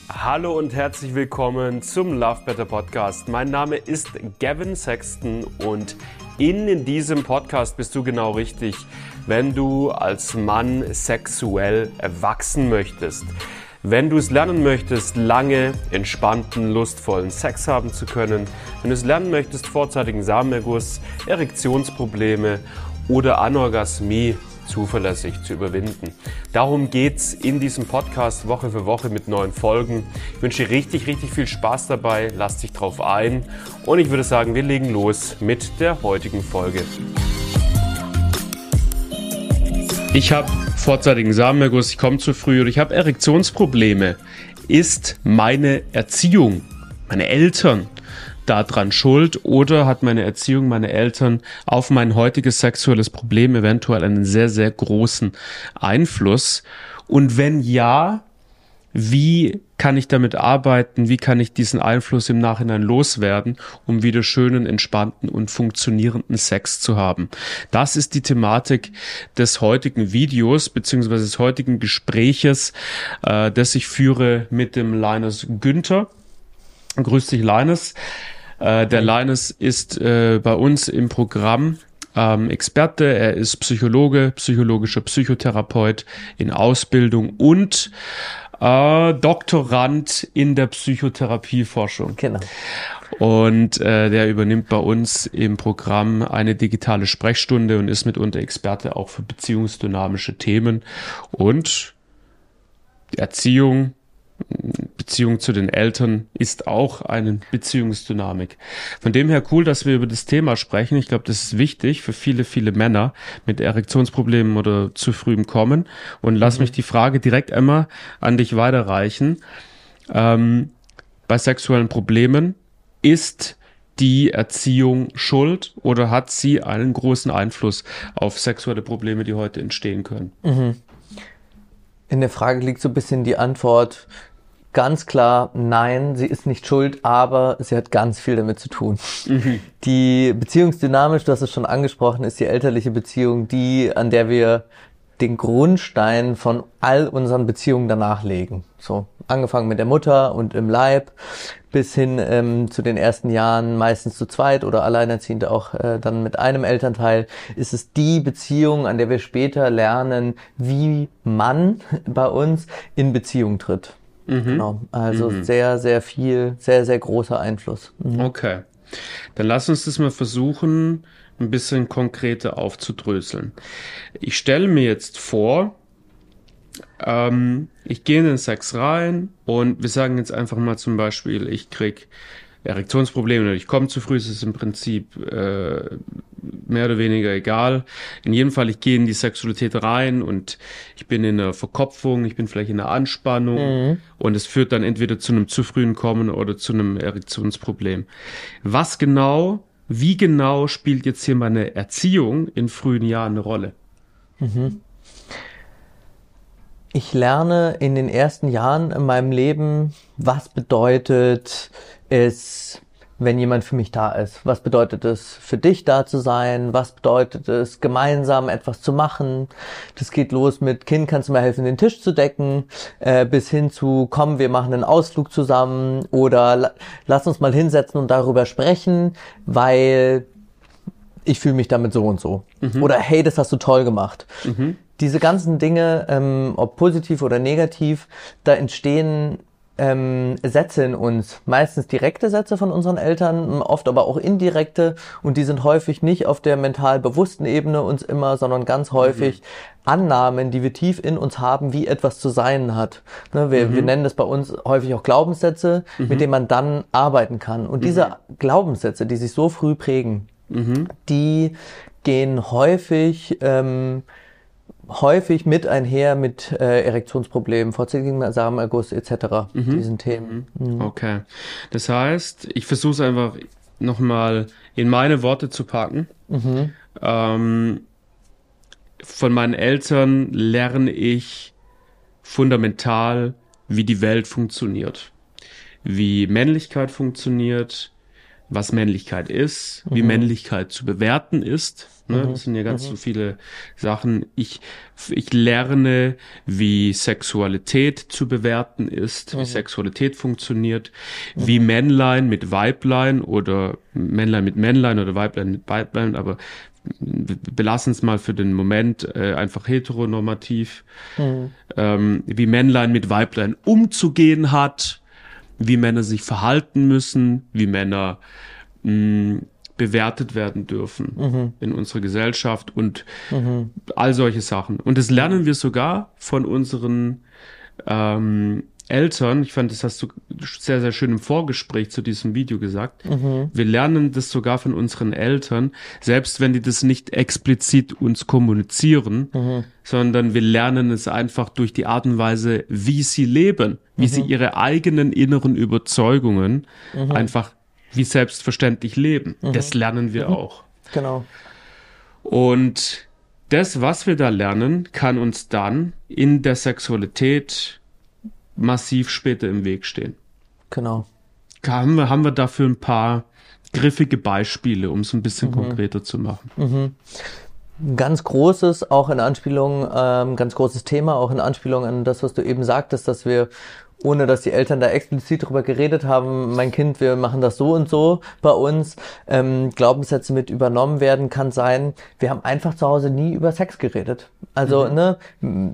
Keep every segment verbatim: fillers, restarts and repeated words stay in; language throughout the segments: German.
Hallo und herzlich willkommen zum Love Better Podcast. Mein Name ist Gavin Sexton und in diesem Podcast bist du genau richtig, wenn du als Mann sexuell erwachsen möchtest. Wenn du es lernen möchtest, lange, entspannten, lustvollen Sex haben zu können, wenn du es lernen möchtest, vorzeitigen Samenerguss, Erektionsprobleme oder Anorgasmie zuverlässig zu überwinden. Darum geht's in diesem Podcast Woche für Woche mit neuen Folgen. Ich wünsche dir richtig, richtig viel Spaß dabei, lass dich drauf ein und ich würde sagen, wir legen los mit der heutigen Folge. Ich habe vorzeitigen Samenerguss, ich komme zu früh oder ich habe Erektionsprobleme. Ist meine Erziehung, meine Eltern daran schuld oder hat meine Erziehung, meine Eltern auf mein heutiges sexuelles Problem eventuell einen sehr, sehr großen Einfluss? Und wenn ja, wie kann ich damit arbeiten? Wie kann ich diesen Einfluss im Nachhinein loswerden, um wieder schönen, entspannten und funktionierenden Sex zu haben? Das ist die Thematik des heutigen Videos beziehungsweise des heutigen Gespräches, äh, das ich führe mit dem Linus Günther. Grüß dich, Linus. Äh, der Linus ist äh, bei uns im Programm ähm, Experte. Er ist Psychologe, psychologischer Psychotherapeut in Ausbildung und äh, Doktorand in der Psychotherapieforschung. Genau. Und äh, der übernimmt bei uns im Programm eine digitale Sprechstunde und ist mitunter Experte auch für beziehungsdynamische Themen und Erziehung. Beziehung zu den Eltern ist auch eine Beziehungsdynamik. Von dem her cool, dass wir über das Thema sprechen. Ich glaube, das ist wichtig für viele, viele Männer mit Erektionsproblemen oder zu frühem Kommen. Und lass mhm. mich die Frage direkt einmal an dich weiterreichen. Ähm, bei sexuellen Problemen, ist die Erziehung schuld oder hat sie einen großen Einfluss auf sexuelle Probleme, die heute entstehen können? Mhm. In der Frage liegt so ein bisschen die Antwort, ganz klar, nein, sie ist nicht schuld, aber sie hat ganz viel damit zu tun. Mhm. Die beziehungsdynamisch, du hast es schon angesprochen, ist die elterliche Beziehung, die, an der wir den Grundstein von all unseren Beziehungen danach legen. So, angefangen mit der Mutter und im Leib, bis hin ähm, zu den ersten Jahren, meistens zu zweit oder alleinerziehend auch äh, dann mit einem Elternteil, ist es die Beziehung, an der wir später lernen, wie man bei uns in Beziehung tritt. Mhm. Genau, also mhm. sehr, sehr viel, sehr, sehr großer Einfluss. Mhm. Okay, dann lass uns das mal versuchen, ein bisschen konkreter aufzudröseln. Ich stelle mir jetzt vor, ähm, ich gehe in den Sex rein und wir sagen jetzt einfach mal zum Beispiel, ich krieg Erektionsprobleme oder ich komme zu früh, es ist im Prinzip äh, mehr oder weniger egal. In jedem Fall, ich gehe in die Sexualität rein und ich bin in einer Verkopfung, ich bin vielleicht in einer Anspannung mhm. und es führt dann entweder zu einem zu frühen Kommen oder zu einem Erektionsproblem. Was genau, wie genau spielt jetzt hier meine Erziehung in frühen Jahren eine Rolle? Mhm. Ich lerne in den ersten Jahren in meinem Leben, was bedeutet es, wenn jemand für mich da ist? Was bedeutet es, für dich da zu sein? Was bedeutet es, gemeinsam etwas zu machen? Das geht los mit, Kind, kannst du mir helfen, den Tisch zu decken? Äh, bis hin zu, komm, wir machen einen Ausflug zusammen oder la- lass uns mal hinsetzen und darüber sprechen, weil ich fühle mich damit so und so. Mhm. Oder hey, das hast du toll gemacht. Mhm. Diese ganzen Dinge, ähm, ob positiv oder negativ, da entstehen ähm, Sätze in uns. Meistens direkte Sätze von unseren Eltern, oft aber auch indirekte. Und die sind häufig nicht auf der mental bewussten Ebene uns immer, sondern ganz häufig mhm. Annahmen, die wir tief in uns haben, wie etwas zu sein hat. Ne, wir, mhm. wir nennen das bei uns häufig auch Glaubenssätze, mhm. mit denen man dann arbeiten kann. Und mhm. diese Glaubenssätze, die sich so früh prägen, mhm. die gehen häufig... Ähm, häufig mit einher mit äh, Erektionsproblemen, vorzeitigem Samenerguss et cetera. Mhm. Diesen Themen. Mhm. Okay. Das heißt, ich versuche es einfach nochmal in meine Worte zu packen. Mhm. Ähm, von meinen Eltern lerne ich fundamental, wie die Welt funktioniert, wie Männlichkeit funktioniert, was Männlichkeit ist, wie Mhm. Männlichkeit zu bewerten ist. Ne? Mhm. Das sind ja ganz Mhm. so viele Sachen. Ich, ich lerne, wie Sexualität zu bewerten ist, wie Mhm. Sexualität funktioniert, wie Männlein mit Weiblein oder Männlein mit Männlein oder Weiblein mit Weiblein, aber wir belassen es mal für den Moment äh, einfach heteronormativ, Mhm. ähm, wie Männlein mit Weiblein umzugehen hat, wie Männer sich verhalten müssen, wie Männer mh, bewertet werden dürfen Mhm. in unserer Gesellschaft und Mhm. all solche Sachen. Und das lernen wir sogar von unseren ähm, Eltern. Ich fand, das hast du sehr, sehr schön im Vorgespräch zu diesem Video gesagt. Mhm. Wir lernen das sogar von unseren Eltern, selbst wenn die das nicht explizit uns kommunizieren, Mhm. sondern wir lernen es einfach durch die Art und Weise, wie sie leben, wie Mhm. sie ihre eigenen inneren Überzeugungen Mhm. einfach wie selbstverständlich leben. Mhm. Das lernen wir Mhm. auch. Genau. Und das, was wir da lernen, kann uns dann in der Sexualität massiv später im Weg stehen. Genau. Haben wir, haben wir dafür ein paar griffige Beispiele, um es ein bisschen Mhm. konkreter zu machen? Mhm. Ein ganz großes, auch in Anspielung, ähm, ganz großes Thema, auch in Anspielung an das, was du eben sagtest, dass wir, ohne dass die Eltern da explizit drüber geredet haben, mein Kind, wir machen das so und so bei uns, ähm, Glaubenssätze mit übernommen werden, kann sein, wir haben einfach zu Hause nie über Sex geredet. Also, Mhm. ne,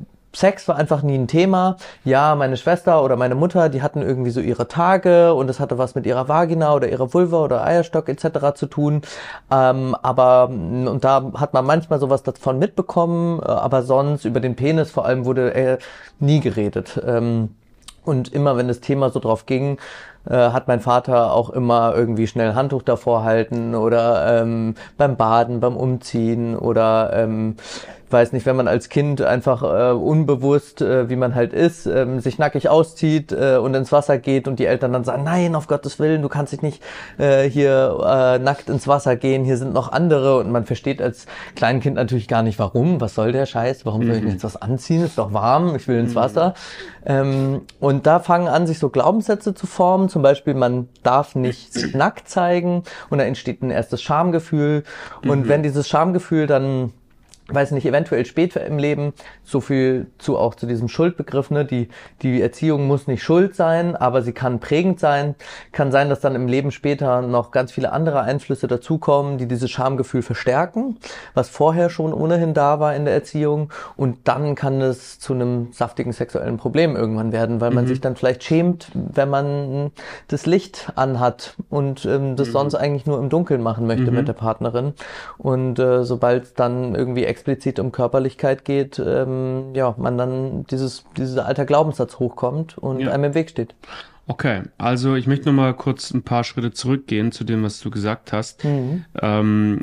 Sex war einfach nie ein Thema. Ja, meine Schwester oder meine Mutter, die hatten irgendwie so ihre Tage und es hatte was mit ihrer Vagina oder ihrer Vulva oder Eierstock et cetera zu tun. Ähm, aber, und da hat man manchmal sowas davon mitbekommen, äh, aber sonst über den Penis vor allem wurde äh, nie geredet. Ähm, und immer wenn das Thema so drauf ging, äh, hat mein Vater auch immer irgendwie schnell Handtuch davor halten oder ähm, beim Baden, beim Umziehen oder ähm, weiß nicht, wenn man als Kind einfach äh, unbewusst, äh, wie man halt ist, ähm, sich nackig auszieht äh, und ins Wasser geht und die Eltern dann sagen, nein, auf Gottes Willen, du kannst dich nicht äh, hier äh, nackt ins Wasser gehen, hier sind noch andere und man versteht als Kleinkind natürlich gar nicht, warum, was soll der Scheiß, warum soll ich mir jetzt was anziehen, ist doch warm, ich will ins Wasser. Ähm, und da fangen an, sich so Glaubenssätze zu formen, zum Beispiel, man darf nicht sich nackt zeigen und da entsteht ein erstes Schamgefühl und Mhm. wenn dieses Schamgefühl dann, weiß nicht, eventuell später im Leben, so viel zu auch zu diesem Schuldbegriff, ne, die, die Erziehung muss nicht schuld sein, aber sie kann prägend sein, kann sein, dass dann im Leben später noch ganz viele andere Einflüsse dazukommen, die dieses Schamgefühl verstärken, was vorher schon ohnehin da war in der Erziehung und dann kann es zu einem saftigen sexuellen Problem irgendwann werden, weil man Mhm. sich dann vielleicht schämt, wenn man das Licht anhat und ähm, das Mhm. sonst eigentlich nur im Dunkeln machen möchte Mhm. mit der Partnerin und äh, sobald es dann irgendwie explizit um Körperlichkeit geht, ähm, ja, man dann dieses, dieser alter Glaubenssatz hochkommt und Ja. einem im Weg steht. Okay, also ich möchte noch mal kurz ein paar Schritte zurückgehen zu dem, was du gesagt hast. Mhm. Ähm,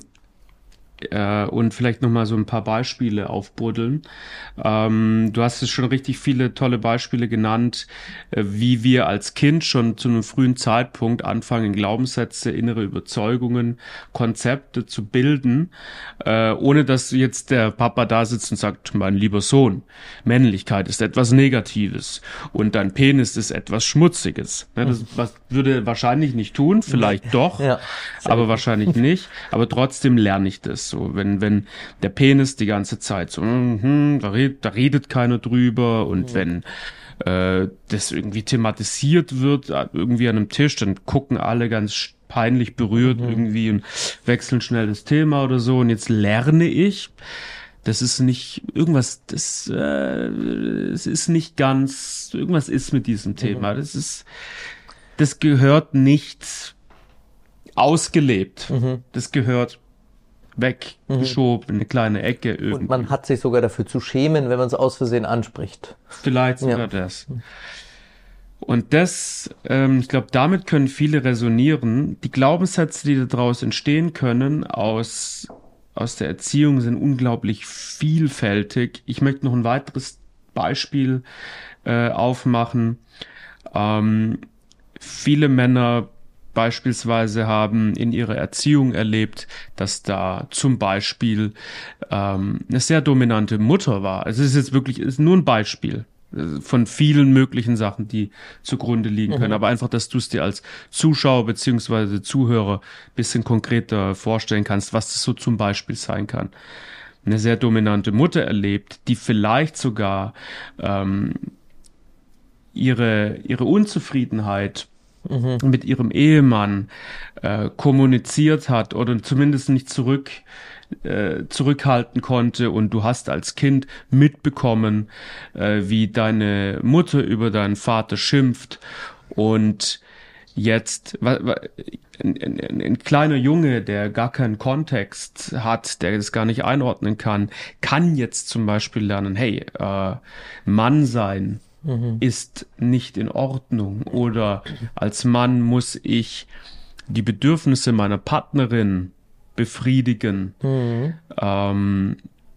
äh, und vielleicht noch mal so ein paar Beispiele aufbuddeln. Ähm, du hast es schon richtig viele tolle Beispiele genannt, äh, wie wir als Kind schon zu einem frühen Zeitpunkt anfangen, Glaubenssätze, innere Überzeugungen, Konzepte zu bilden, äh, ohne dass jetzt der Papa da sitzt und sagt, mein lieber Sohn, Männlichkeit ist etwas Negatives und dein Penis ist etwas Schmutziges. Ne, das was würde er wahrscheinlich nicht tun, vielleicht doch, Ja. aber wahrscheinlich nicht. Aber trotzdem lerne ich das so. Wenn, wenn der Penis die ganze Zeit so, mhm, da, redet, da redet keiner drüber und wenn äh, das irgendwie thematisiert wird, äh, irgendwie an einem Tisch, dann gucken alle ganz peinlich berührt irgendwie und wechseln schnell das Thema oder so. Und jetzt lerne ich, das ist nicht irgendwas, das äh, es ist nicht ganz, irgendwas ist mit diesem Thema. Das ist, das gehört nicht ausgelebt. Mhm. Das gehört weggeschoben in eine kleine Ecke irgendwie. Und man hat sich sogar dafür zu schämen, wenn man es aus Versehen anspricht. Vielleicht sogar Ja. das. Und das, ähm, ich glaube, damit können viele resonieren. Die Glaubenssätze, die daraus entstehen können, aus, aus der Erziehung, sind unglaublich vielfältig. Ich möchte noch ein weiteres Beispiel äh, aufmachen. Ähm, viele Männer beispielsweise haben in ihrer Erziehung erlebt, dass da zum Beispiel ähm, eine sehr dominante Mutter war. Also es ist jetzt wirklich, es ist nur ein Beispiel. von vielen möglichen Sachen, die zugrunde liegen können. Mhm. Aber einfach, dass du es dir als Zuschauer beziehungsweise Zuhörer ein bisschen konkreter vorstellen kannst, was das so zum Beispiel sein kann. Eine sehr dominante Mutter erlebt, die vielleicht sogar ähm, ihre, ihre Unzufriedenheit mhm. mit ihrem Ehemann äh, kommuniziert hat oder zumindest nicht zurück Äh, zurückhalten konnte und du hast als Kind mitbekommen, äh, wie deine Mutter über deinen Vater schimpft und jetzt wa, wa, ein, ein, ein kleiner Junge, der gar keinen Kontext hat, der das gar nicht einordnen kann, kann jetzt zum Beispiel lernen, hey, äh, Mann sein mhm. ist nicht in Ordnung oder als Mann muss ich die Bedürfnisse meiner Partnerin befriedigen. Mhm. Ähm,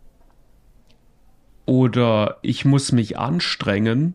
oder ich muss mich anstrengen,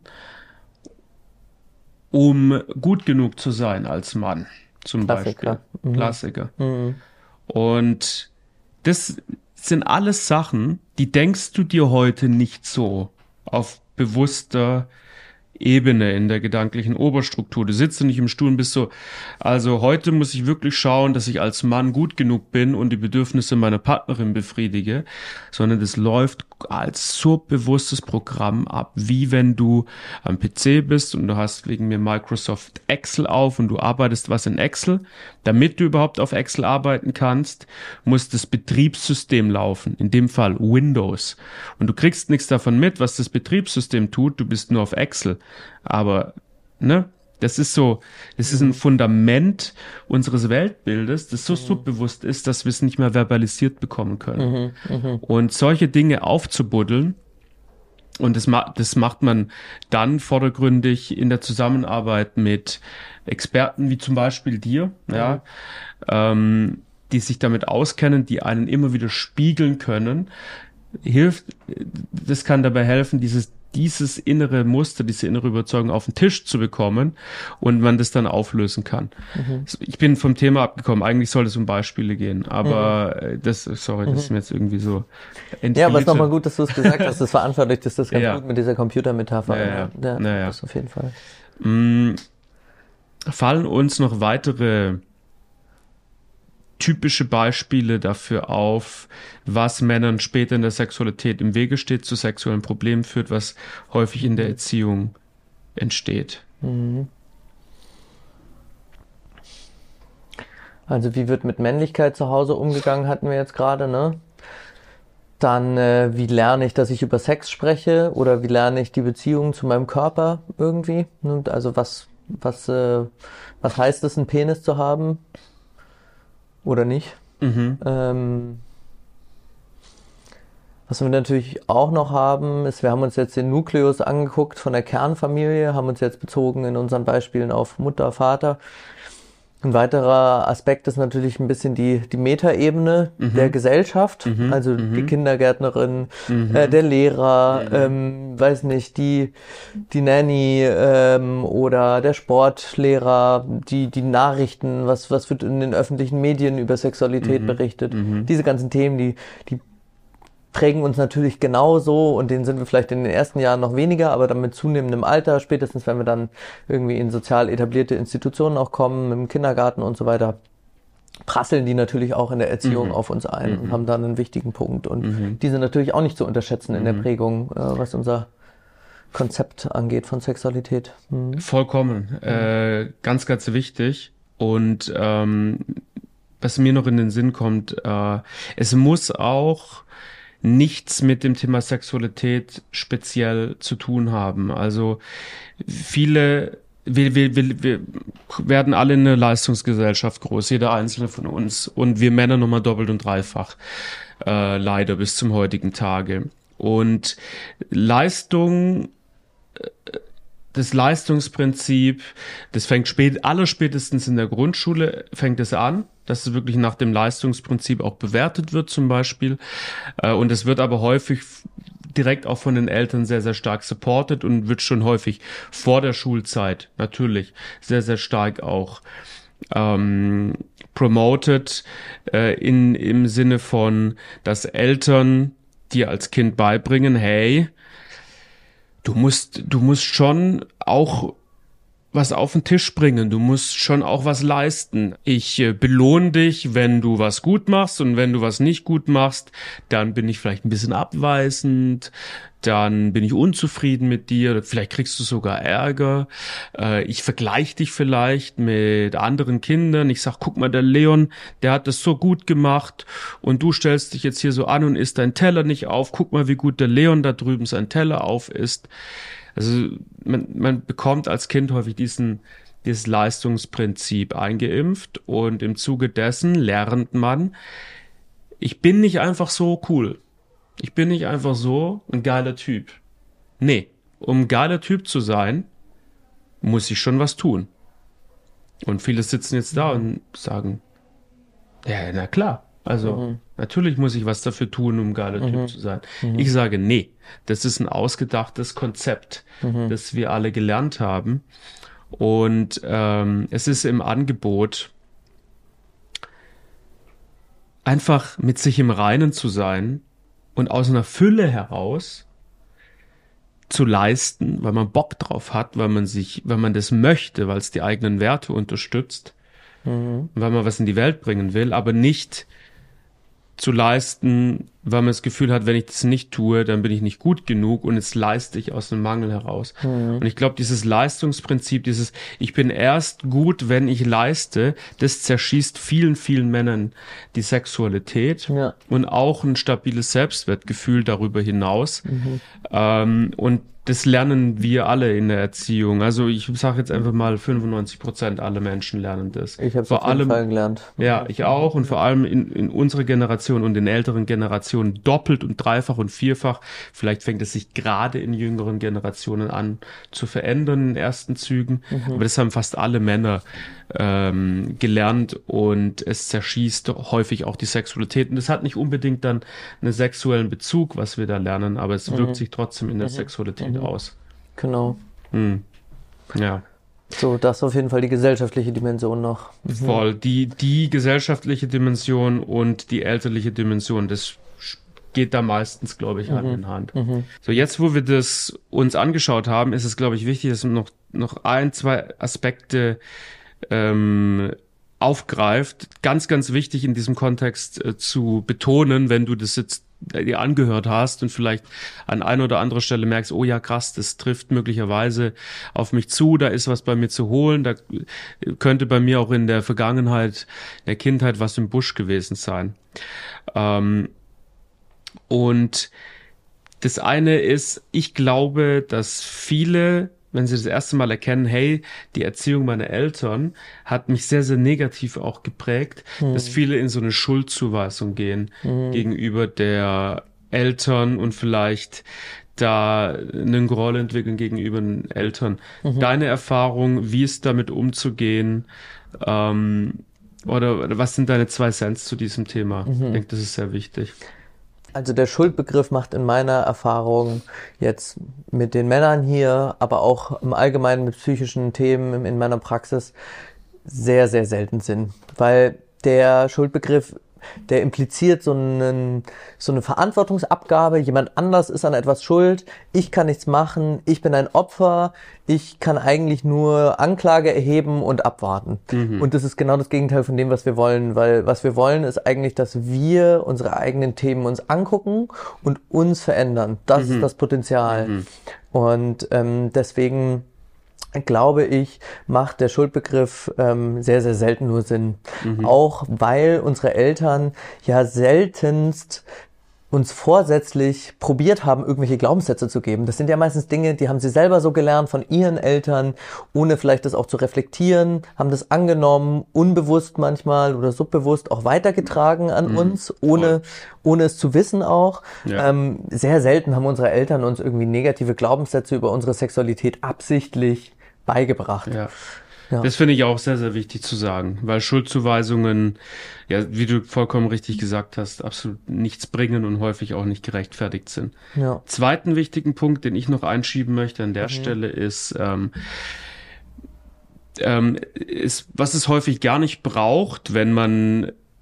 um gut genug zu sein als Mann, zum Klassiker. Beispiel. Mhm. Klassiker. Mhm. Und das sind alles Sachen, die denkst du dir heute nicht so auf bewusster Ebene in der gedanklichen Oberstruktur. Du sitzt nicht im Stuhl und bist so, also heute muss ich wirklich schauen, dass ich als Mann gut genug bin und die Bedürfnisse meiner Partnerin befriedige, sondern das läuft als so bewusstes Programm ab, wie wenn du am P C bist und du hast wegen mir Microsoft Excel auf und du arbeitest was in Excel. Damit du überhaupt auf Excel arbeiten kannst, muss das Betriebssystem laufen, in dem Fall Windows. Und du kriegst nichts davon mit, was das Betriebssystem tut, du bist nur auf Excel. Aber, ne, das ist so, das ist ein Fundament unseres Weltbildes, das so mhm. subbewusst ist, dass wir es nicht mehr verbalisiert bekommen können. Mhm, mh. Und solche Dinge aufzubuddeln, und das, ma- das macht man dann vordergründig in der Zusammenarbeit mit Experten wie zum Beispiel dir, mhm. ja, ähm, die sich damit auskennen, die einen immer wieder spiegeln können, hilft, das kann dabei helfen, dieses dieses innere Muster, diese innere Überzeugung auf den Tisch zu bekommen und man das dann auflösen kann. Mhm. Ich bin vom Thema abgekommen. Eigentlich soll es um Beispiele gehen, aber mhm. das, sorry, das mhm. ist mir jetzt irgendwie so entflieht. Ja, aber es ist nochmal gut, dass du es gesagt hast. Das veranschaulicht ist das ganz ja. gut mit dieser Computermetapher. Ja, ja. ja, ja, ja. Das auf jeden Fall. Mhm. Fallen uns noch weitere typische Beispiele dafür auf, was Männern später in der Sexualität im Wege steht, zu sexuellen Problemen führt, was häufig in der Erziehung entsteht? Also wie wird mit Männlichkeit zu Hause umgegangen, hatten wir jetzt gerade, ne? Dann, äh, wie lerne ich, dass ich über Sex spreche oder wie lerne ich die Beziehung zu meinem Körper irgendwie? Also was, was, äh, was heißt es, einen Penis zu haben? Oder nicht. Mhm. Ähm, was wir natürlich auch noch haben, ist, wir haben uns jetzt den Nukleus angeguckt von der Kernfamilie, haben uns jetzt bezogen in unseren Beispielen auf Mutter, Vater. Ein weiterer Aspekt ist natürlich ein bisschen die, die Metaebene mhm. der Gesellschaft, mhm. also mhm. die Kindergärtnerin, mhm. äh, der Lehrer, mhm. ähm, weiß nicht, die, die Nanny ähm, oder der Sportlehrer, die, die Nachrichten, was, was wird in den öffentlichen Medien über Sexualität mhm. berichtet. Mhm. Diese ganzen Themen, die, die prägen uns natürlich genauso und denen sind wir vielleicht in den ersten Jahren noch weniger, aber dann mit zunehmendem Alter, spätestens wenn wir dann irgendwie in sozial etablierte Institutionen auch kommen, im Kindergarten und so weiter, prasseln die natürlich auch in der Erziehung mhm. auf uns ein mhm. und haben dann einen wichtigen Punkt. Und mhm. die sind natürlich auch nicht zu unterschätzen in mhm. der Prägung, äh, was unser Konzept angeht von Sexualität. Mhm. Vollkommen. Mhm. Äh, ganz, ganz wichtig. Und ähm, was mir noch in den Sinn kommt, äh, es muss auch nichts mit dem Thema Sexualität speziell zu tun haben. Also viele, wir, wir, wir, wir werden alle in einer Leistungsgesellschaft groß, jeder einzelne von uns. Und wir Männer nochmal doppelt und dreifach, äh, leider bis zum heutigen Tage. Und Leistung, das Leistungsprinzip, das fängt spät, allerspätestens in der Grundschule fängt es an, dass es wirklich nach dem Leistungsprinzip auch bewertet wird zum Beispiel. Und es wird aber häufig direkt auch von den Eltern sehr, sehr stark supported und wird schon häufig vor der Schulzeit natürlich sehr, sehr stark auch ähm, promoted äh, in, im Sinne von, dass Eltern dir als Kind beibringen, hey, du musst, du musst schon auch was auf den Tisch bringen. Du musst schon auch was leisten. Ich äh, belohne dich, wenn du was gut machst, und wenn du was nicht gut machst, dann bin ich vielleicht ein bisschen abweisend, dann bin ich unzufrieden mit dir, oder vielleicht kriegst du sogar Ärger. Äh, ich vergleiche dich vielleicht mit anderen Kindern. Ich sag, guck mal, der Leon, der hat das so gut gemacht, und du stellst dich jetzt hier so an und isst deinen Teller nicht auf. Guck mal, wie gut der Leon da drüben seinen Teller aufisst. Also man, man bekommt als Kind häufig diesen, dieses Leistungsprinzip eingeimpft, und im Zuge dessen lernt man, ich bin nicht einfach so cool. Ich bin nicht einfach so ein geiler Typ. Nee, um ein geiler Typ zu sein, muss ich schon was tun. Und viele sitzen jetzt da und sagen, ja, na klar. Also, mhm. natürlich muss ich was dafür tun, um ein geiler mhm. Typ zu sein. Mhm. Ich sage, nee, das ist ein ausgedachtes Konzept, mhm. das wir alle gelernt haben. Und ähm, es ist im Angebot, einfach mit sich im Reinen zu sein und aus einer Fülle heraus zu leisten, weil man Bock drauf hat, weil man sich, weil man das möchte, weil es die eigenen Werte unterstützt, mhm. weil man was in die Welt bringen will, aber nicht zu leisten, weil man das Gefühl hat, wenn ich das nicht tue, dann bin ich nicht gut genug, und jetzt leiste ich aus einem Mangel heraus. Mhm. Und ich glaube, dieses Leistungsprinzip, dieses ich bin erst gut, wenn ich leiste, das zerschießt vielen, vielen Männern die Sexualität ja. und auch ein stabiles Selbstwertgefühl darüber hinaus. Mhm. Ähm, und das lernen wir alle in der Erziehung. Also ich sage jetzt einfach mal, fünfundneunzig Prozent aller Menschen lernen das. Ich habe es auf jeden allem, Fall gelernt. Ja, ich auch. Und vor allem in, in unserer Generation und in älteren Generationen doppelt und dreifach und vierfach. Vielleicht fängt es sich gerade in jüngeren Generationen an zu verändern in ersten Zügen. Mhm. Aber das haben fast alle Männer ähm, gelernt, und es zerschießt häufig auch die Sexualität. Und das hat nicht unbedingt dann einen sexuellen Bezug, was wir da lernen, aber es mhm. wirkt sich trotzdem in der mhm. Sexualität mhm. aus. Genau. Mhm. Ja. So, das ist auf jeden Fall die gesellschaftliche Dimension noch. Mhm. Voll. Die, die gesellschaftliche Dimension und die elterliche Dimension, das geht da meistens, glaube ich, mhm. Hand in Hand. Mhm. So, jetzt, wo wir das uns angeschaut haben, ist es, glaube ich, wichtig, dass man noch, noch ein, zwei Aspekte ähm, aufgreift. Ganz, ganz wichtig in diesem Kontext äh, zu betonen, wenn du das jetzt dir angehört hast und vielleicht an einer oder anderer Stelle merkst, oh ja, krass, das trifft möglicherweise auf mich zu, da ist was bei mir zu holen, da könnte bei mir auch in der Vergangenheit, in der Kindheit was im Busch gewesen sein. Ähm, und das eine ist, ich glaube, dass viele, wenn sie das erste Mal erkennen, hey, die Erziehung meiner Eltern hat mich sehr, sehr negativ auch geprägt, hm. dass viele in so eine Schuldzuweisung gehen hm. gegenüber der Eltern und vielleicht da einen Groll entwickeln gegenüber den Eltern. Mhm. Deine Erfahrung, wie ist damit umzugehen, ähm, oder, oder was sind deine zwei Cents zu diesem Thema? Mhm. Ich denke, das ist sehr wichtig. Also der Schuldbegriff macht in meiner Erfahrung jetzt mit den Männern hier, aber auch im Allgemeinen mit psychischen Themen in meiner Praxis sehr, sehr selten Sinn. Weil der Schuldbegriff, der impliziert so, einen, so eine Verantwortungsabgabe, jemand anders ist an etwas schuld, ich kann nichts machen, ich bin ein Opfer, ich kann eigentlich nur Anklage erheben und abwarten. Mhm. Und das ist genau das Gegenteil von dem, was wir wollen, weil was wir wollen, ist eigentlich, dass wir unsere eigenen Themen uns angucken und uns verändern. Das mhm. ist das Potenzial. Mhm. Und ähm, deswegen glaube ich, macht der Schuldbegriff ähm, sehr, sehr selten nur Sinn. Mhm. Auch weil unsere Eltern ja seltenst uns vorsätzlich probiert haben, irgendwelche Glaubenssätze zu geben. Das sind ja meistens Dinge, die haben sie selber so gelernt von ihren Eltern, ohne vielleicht das auch zu reflektieren, haben das angenommen, unbewusst manchmal oder subbewusst auch weitergetragen an mhm. uns, ohne ohne es zu wissen auch. Ja. Ähm, sehr selten haben unsere Eltern uns irgendwie negative Glaubenssätze über unsere Sexualität absichtlich beigebracht. Ja. Ja. Das finde ich auch sehr, sehr wichtig zu sagen, weil Schuldzuweisungen, ja, wie du vollkommen richtig gesagt hast, absolut nichts bringen und häufig auch nicht gerechtfertigt sind. Ja. Zweiten wichtigen Punkt, den ich noch einschieben möchte an der mhm. Stelle, ist, ähm, ähm, ist, was es häufig gar nicht braucht, wenn man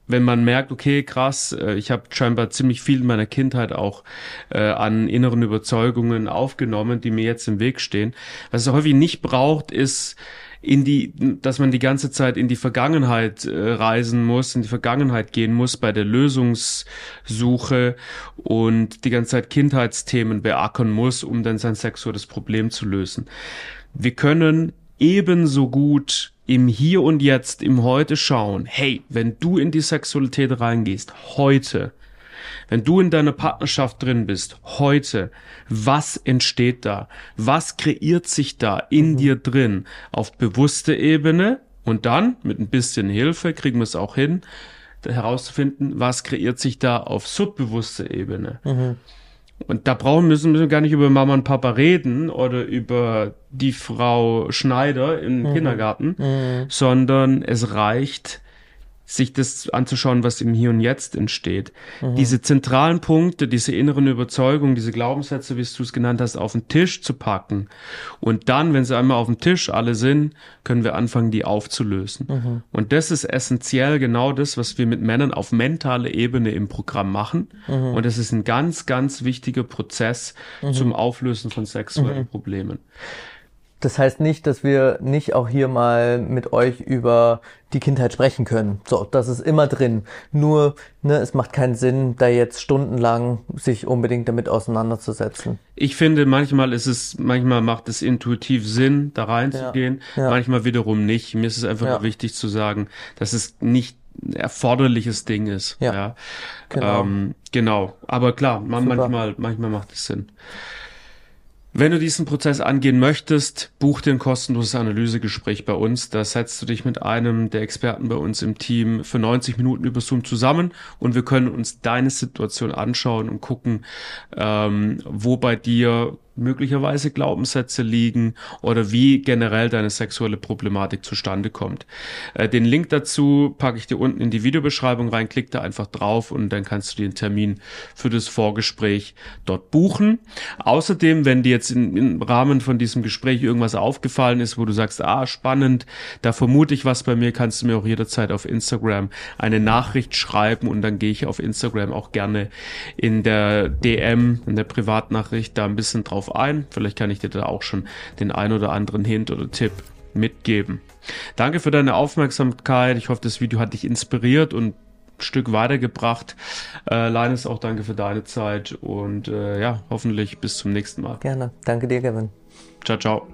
wenn man merkt, okay, krass, äh, ich habe scheinbar ziemlich viel in meiner Kindheit auch äh, an inneren Überzeugungen aufgenommen, die mir jetzt im Weg stehen. Was es häufig nicht braucht, ist in die, dass man die ganze Zeit in die Vergangenheit äh, reisen muss, in die Vergangenheit gehen muss bei der Lösungssuche und die ganze Zeit Kindheitsthemen beackern muss, um dann sein sexuelles Problem zu lösen. Wir können ebenso gut im Hier und Jetzt, im Heute schauen, hey, wenn du in die Sexualität reingehst, heute, wenn du in deiner Partnerschaft drin bist, heute, was entsteht da? Was kreiert sich da in mhm. dir drin auf bewusster Ebene? Und dann, mit ein bisschen Hilfe, kriegen wir es auch hin, herauszufinden, was kreiert sich da auf subbewusster Ebene? Mhm. Und da brauchen müssen wir gar nicht über Mama und Papa reden oder über die Frau Schneider im mhm. Kindergarten, mhm. sondern es reicht, sich das anzuschauen, was im Hier und Jetzt entsteht. Mhm. Diese zentralen Punkte, diese inneren Überzeugungen, diese Glaubenssätze, wie du es genannt hast, auf den Tisch zu packen. Und dann, wenn sie einmal auf dem Tisch alle sind, können wir anfangen, die aufzulösen. Mhm. Und das ist essentiell genau das, was wir mit Männern auf mentaler Ebene im Programm machen. Mhm. Und das ist ein ganz, ganz wichtiger Prozess mhm. zum Auflösen von sexuellen mhm. Problemen. Das heißt nicht, dass wir nicht auch hier mal mit euch über die Kindheit sprechen können. So, das ist immer drin. Nur, ne, es macht keinen Sinn, da jetzt stundenlang sich unbedingt damit auseinanderzusetzen. Ich finde, manchmal ist es, manchmal macht es intuitiv Sinn, da reinzugehen. Ja, ja. Manchmal wiederum nicht. Mir ist es einfach ja. nur wichtig zu sagen, dass es nicht ein erforderliches Ding ist. Ja, ja. Genau. Ähm, genau. Aber klar, man, manchmal, manchmal macht es Sinn. Wenn du diesen Prozess angehen möchtest, buch dir ein kostenloses Analysegespräch bei uns. Da setzt du dich mit einem der Experten bei uns im Team für neunzig Minuten über Zoom zusammen und wir können uns deine Situation anschauen und gucken, ähm, wo bei dir möglicherweise Glaubenssätze liegen oder wie generell deine sexuelle Problematik zustande kommt. Äh, den Link dazu packe ich dir unten in die Videobeschreibung rein, klick da einfach drauf und dann kannst du den Termin für das Vorgespräch dort buchen. Außerdem, wenn dir jetzt in, im Rahmen von diesem Gespräch irgendwas aufgefallen ist, wo du sagst, ah, spannend, da vermute ich was bei mir, kannst du mir auch jederzeit auf Instagram eine Nachricht schreiben und dann gehe ich auf Instagram auch gerne in der D M, in der Privatnachricht da ein bisschen drauf ein. Vielleicht kann ich dir da auch schon den ein oder anderen Hint oder Tipp mitgeben. Danke für deine Aufmerksamkeit. Ich hoffe, das Video hat dich inspiriert und ein Stück weitergebracht. Äh, Linus, auch danke für deine Zeit und äh, ja, hoffentlich bis zum nächsten Mal. Gerne. Danke dir, Kevin. Ciao, ciao.